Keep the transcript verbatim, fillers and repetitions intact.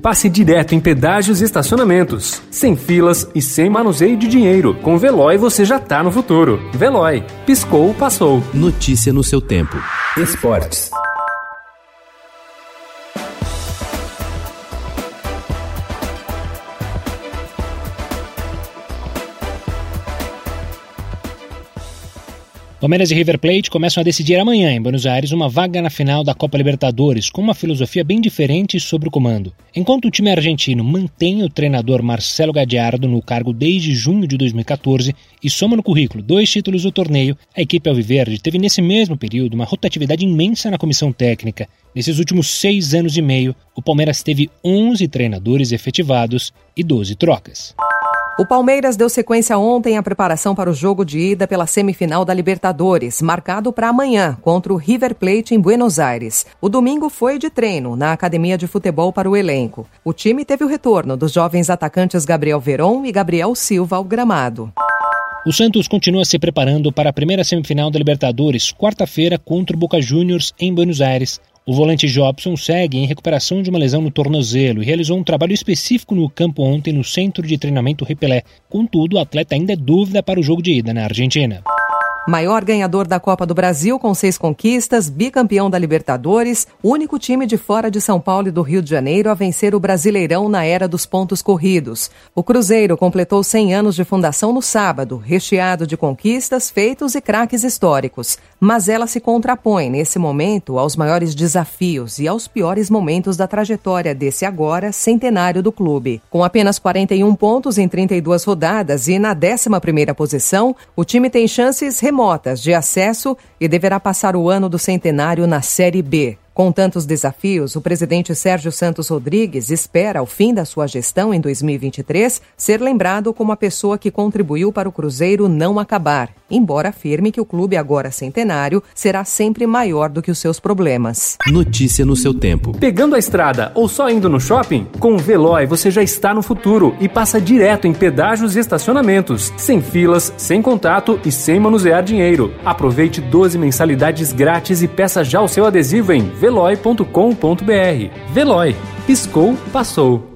passe direto em pedágios e estacionamentos. Sem filas e sem manuseio de dinheiro. Com Veloy você já tá no futuro. Veloy. Piscou, passou. Notícia no seu tempo. Esportes. Palmeiras e River Plate começam a decidir amanhã em Buenos Aires uma vaga na final da Copa Libertadores, com uma filosofia bem diferente sobre o comando. Enquanto o time argentino mantém o treinador Marcelo Gallardo no cargo desde junho de dois mil e catorze e soma no currículo dois títulos do torneio, a equipe alviverde teve nesse mesmo período uma rotatividade imensa na comissão técnica. Nesses últimos seis anos e meio, o Palmeiras teve onze treinadores efetivados e doze trocas. O Palmeiras deu sequência ontem à preparação para o jogo de ida pela semifinal da Libertadores, marcado para amanhã, contra o River Plate em Buenos Aires. O domingo foi de treino na academia de futebol para o elenco. O time teve o retorno dos jovens atacantes Gabriel Veron e Gabriel Silva ao gramado. O Santos continua se preparando para a primeira semifinal da Libertadores, quarta-feira, contra o Boca Juniors em Buenos Aires. O volante Jobson segue em recuperação de uma lesão no tornozelo e realizou um trabalho específico no campo ontem no centro de treinamento Ripelé. Contudo, o atleta ainda é dúvida para o jogo de ida na Argentina. Maior ganhador da Copa do Brasil com seis conquistas, bicampeão da Libertadores, único time de fora de São Paulo e do Rio de Janeiro a vencer o Brasileirão na era dos pontos corridos. O Cruzeiro completou cem anos de fundação no sábado, recheado de conquistas, feitos e craques históricos. Mas ela se contrapõe, nesse momento, aos maiores desafios e aos piores momentos da trajetória desse agora centenário do clube. Com apenas quarenta e um pontos em trinta e duas rodadas e na décima primeira posição, o time tem chances remotas de acesso e deverá passar o ano do centenário na Série B. Com tantos desafios, o presidente Sérgio Santos Rodrigues espera, ao fim da sua gestão em dois mil e vinte e três, ser lembrado como a pessoa que contribuiu para o Cruzeiro não acabar, embora afirme que o clube agora centenário será sempre maior do que os seus problemas. Notícia no seu tempo. Pegando a estrada ou só indo no shopping? Com o Veloy você já está no futuro e passa direto em pedágios e estacionamentos, sem filas, sem contato e sem manusear dinheiro. Aproveite doze mensalidades grátis e peça já o seu adesivo em veloy ponto com ponto br. Veloy. Piscou, passou.